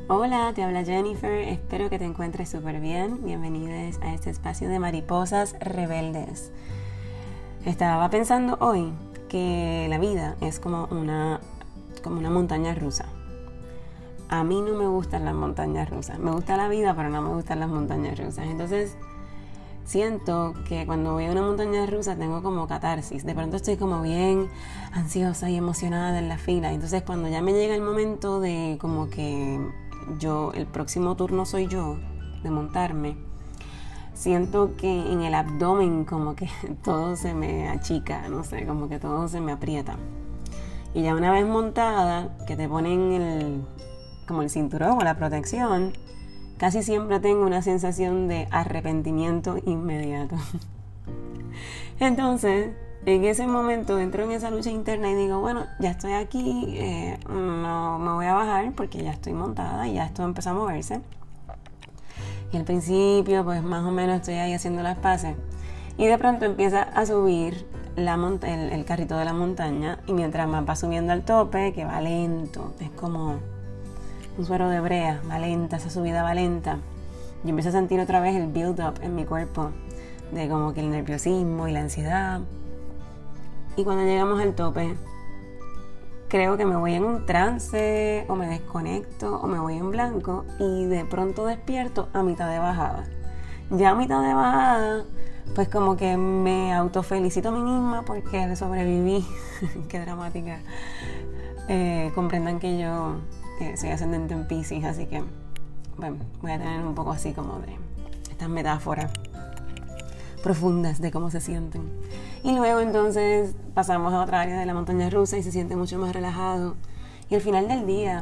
Hola, te habla Jennifer, espero que te encuentres súper bien. Bienvenidos a este espacio de mariposas rebeldes. Estaba pensando hoy que la vida es como una montaña rusa. A mí no me gustan las montañas rusas. Me gusta la vida, pero no me gustan las montañas rusas. Entonces, siento que cuando voy a una montaña rusa tengo como catarsis. De pronto estoy como bien ansiosa y emocionada en la fila. Entonces, cuando ya me llega el momento de como que el próximo turno soy yo, de montarme, siento que en el abdomen como que todo se me achica, no sé, como que todo se me aprieta. Y ya una vez montada, que te ponen como el cinturón o la protección, casi siempre tengo una sensación de arrepentimiento inmediato. Entonces, en ese momento entro en esa lucha interna y digo, bueno, ya estoy aquí, no me voy a bajar porque ya estoy montada y ya esto empezó a moverse. Y al principio, pues más o menos estoy ahí haciendo las paces. Y de pronto empieza a subir el carrito de la montaña, y mientras más va subiendo al tope, que va lento, es como un suero de brea, va lenta, esa subida va lenta. Yo empiezo a sentir otra vez el build-up en mi cuerpo, de como que el nerviosismo y la ansiedad. Y cuando llegamos al tope, creo que me voy en un trance, o me desconecto, o me voy en blanco, y de pronto despierto a mitad de bajada. Ya a mitad de bajada, pues como que me autofelicito a mí misma porque sobreviví. Qué dramática. Comprendan que yo soy ascendente en Piscis, así que bueno, voy a tener un poco así como de estas metáforas profundas de cómo se sienten. Y luego entonces pasamos a otra área de la montaña rusa y se siente mucho más relajado. Y al final del día,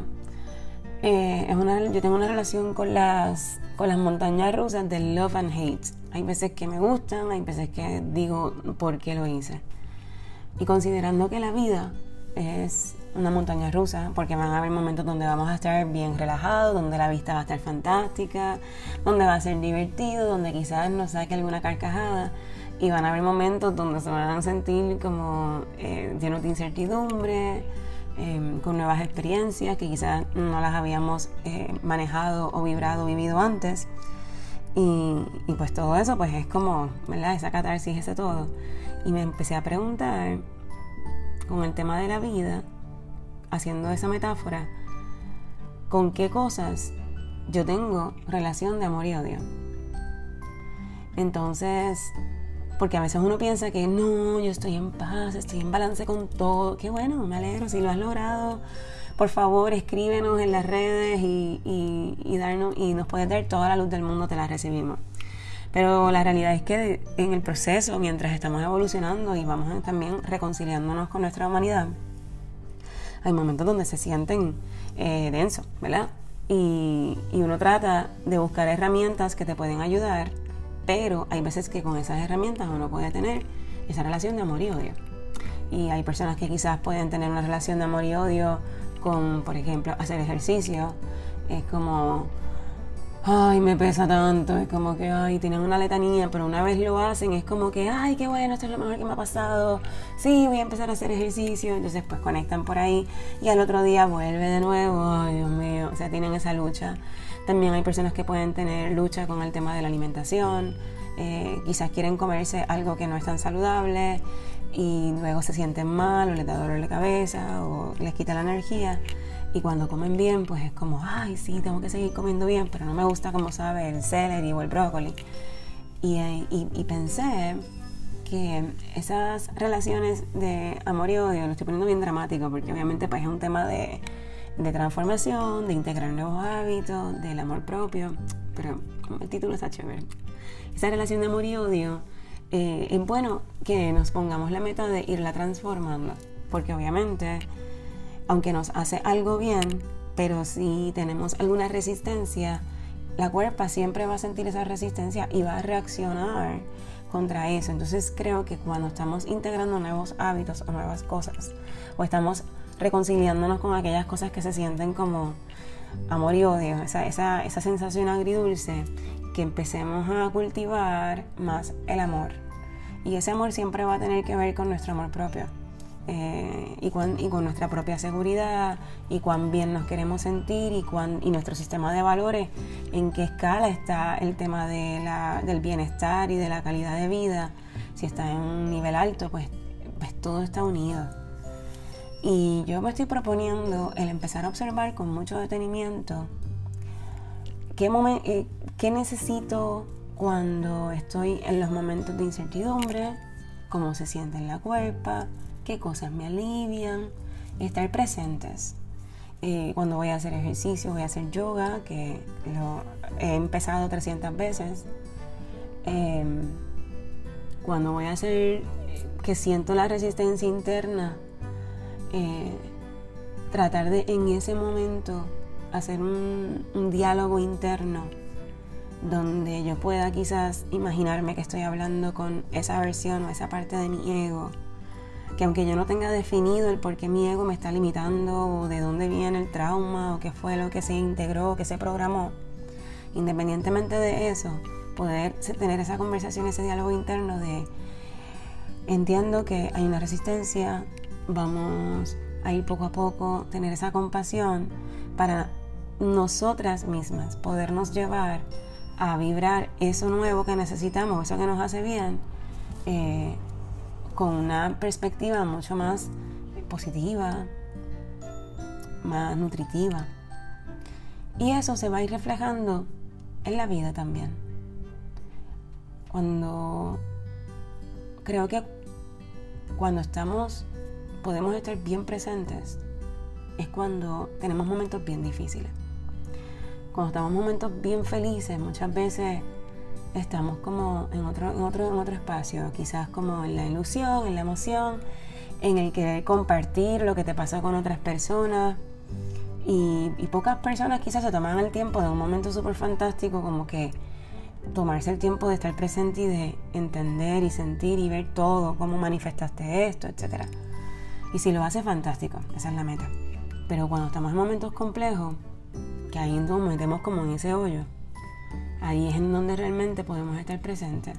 yo tengo una relación con las montañas rusas de love and hate. Hay veces que me gustan, hay veces que digo por qué lo hice. Y considerando que la vida es una montaña rusa, porque van a haber momentos donde vamos a estar bien relajados, donde la vista va a estar fantástica, donde va a ser divertido, donde quizás nos saque alguna carcajada, y van a haber momentos donde se van a sentir como llenos de incertidumbre, con nuevas experiencias que quizás no las habíamos manejado o vivido antes. Y pues todo eso pues es como, ¿verdad? Esa catarsis, ese todo. Y me empecé a preguntar, con el tema de la vida, haciendo esa metáfora, ¿con qué cosas yo tengo relación de amor y odio? Entonces, porque a veces uno piensa que no, yo estoy en paz, estoy en balance con todo. Qué bueno, me alegro. Si lo has logrado, por favor, escríbenos en las redes y nos puedes dar toda la luz del mundo, te la recibimos. Pero la realidad es que en el proceso, mientras estamos evolucionando y vamos también reconciliándonos con nuestra humanidad, hay momentos donde se sienten densos, ¿verdad? Y uno trata de buscar herramientas que te pueden ayudar, pero hay veces que con esas herramientas uno puede tener esa relación de amor y odio. Y hay personas que quizás pueden tener una relación de amor y odio con, por ejemplo, hacer ejercicio. Es como, ay, me pesa tanto, es como que, ay, tienen una letanía, pero una vez lo hacen, es como que, ay, qué bueno, esto es lo mejor que me ha pasado, sí, voy a empezar a hacer ejercicio. Entonces pues conectan por ahí y al otro día vuelve de nuevo, ay, Dios mío, o sea, tienen esa lucha. También hay personas que pueden tener lucha con el tema de la alimentación, quizás quieren comerse algo que no es tan saludable y luego se sienten mal, o les da dolor de cabeza, o les quita la energía. Y cuando comen bien, pues es como, ay, sí, tengo que seguir comiendo bien, pero no me gusta como sabe el celery o el brócoli. Y pensé que esas relaciones de amor y odio, lo estoy poniendo bien dramático, porque obviamente pues es un tema de transformación, de integrar nuevos hábitos, del amor propio, pero el título está chévere. Esa relación de amor y odio, es bueno que nos pongamos la meta de irla transformando, porque obviamente, aunque nos hace algo bien, pero si tenemos alguna resistencia, la cuerpa siempre va a sentir esa resistencia y va a reaccionar contra eso. Entonces creo que cuando estamos integrando nuevos hábitos o nuevas cosas, o estamos reconciliándonos con aquellas cosas que se sienten como amor y odio, esa sensación agridulce, que empecemos a cultivar más el amor. Y ese amor siempre va a tener que ver con nuestro amor propio. y con nuestra propia seguridad y cuán bien nos queremos sentir y nuestro sistema de valores, en qué escala está el tema del bienestar y de la calidad de vida. Si está en un nivel alto, pues todo está unido. Y yo me estoy proponiendo el empezar a observar con mucho detenimiento qué necesito cuando estoy en los momentos de incertidumbre, cómo se siente en la cuerpa, qué cosas me alivian, estar presentes. Cuando voy a hacer ejercicio, voy a hacer yoga, que lo he empezado 300 veces. Cuando voy a hacer, que siento la resistencia interna, tratar de en ese momento hacer un diálogo interno donde yo pueda quizás imaginarme que estoy hablando con esa versión o esa parte de mi ego, que aunque yo no tenga definido el por qué mi ego me está limitando o de dónde viene el trauma o qué fue lo que se integró, que se programó, independientemente de eso, poder tener esa conversación, ese diálogo interno de entiendo que hay una resistencia, vamos a ir poco a poco, tener esa compasión para nosotras mismas, podernos llevar a vibrar eso nuevo que necesitamos, eso que nos hace bien, con una perspectiva mucho más positiva, más nutritiva. Y eso se va a ir reflejando en la vida también. Creo que cuando podemos estar bien presentes, es cuando tenemos momentos bien difíciles. Cuando estamos en momentos bien felices, muchas veces estamos como en otro espacio, quizás como en la ilusión, en la emoción, en el querer compartir lo que te pasó con otras personas. Y pocas personas quizás se toman el tiempo de un momento súper fantástico, como que tomarse el tiempo de estar presente y de entender y sentir y ver todo, cómo manifestaste esto, etc. Y si lo haces, fantástico, esa es la meta. Pero cuando estamos en momentos complejos, que ahí nos metemos como en ese hoyo, ahí es en donde realmente podemos estar presentes.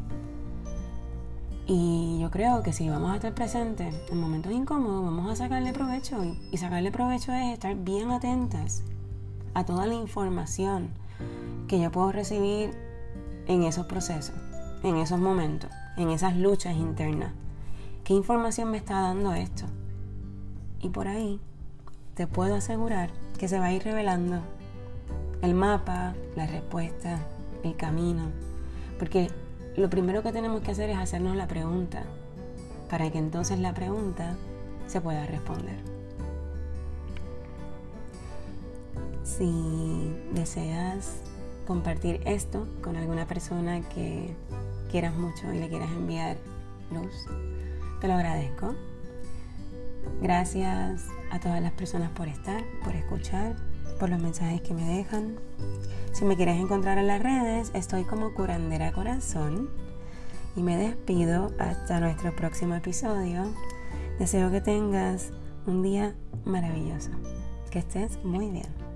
Y yo creo que si vamos a estar presentes en momentos incómodos, vamos a sacarle provecho. Y sacarle provecho es estar bien atentas a toda la información que yo puedo recibir en esos procesos, en esos momentos, en esas luchas internas. ¿Qué información me está dando esto? Y por ahí te puedo asegurar que se va a ir revelando el mapa, la respuesta, el camino. Porque lo primero que tenemos que hacer es hacernos la pregunta, para que entonces la pregunta se pueda responder. Si deseas compartir esto con alguna persona que quieras mucho y le quieras enviar luz, te lo agradezco. Gracias a todas las personas por estar, por escuchar, por los mensajes que me dejan. Si me quieres encontrar en las redes, estoy como Curandera Corazón. Y me despido hasta nuestro próximo episodio. Deseo que tengas un día maravilloso. Que estés muy bien.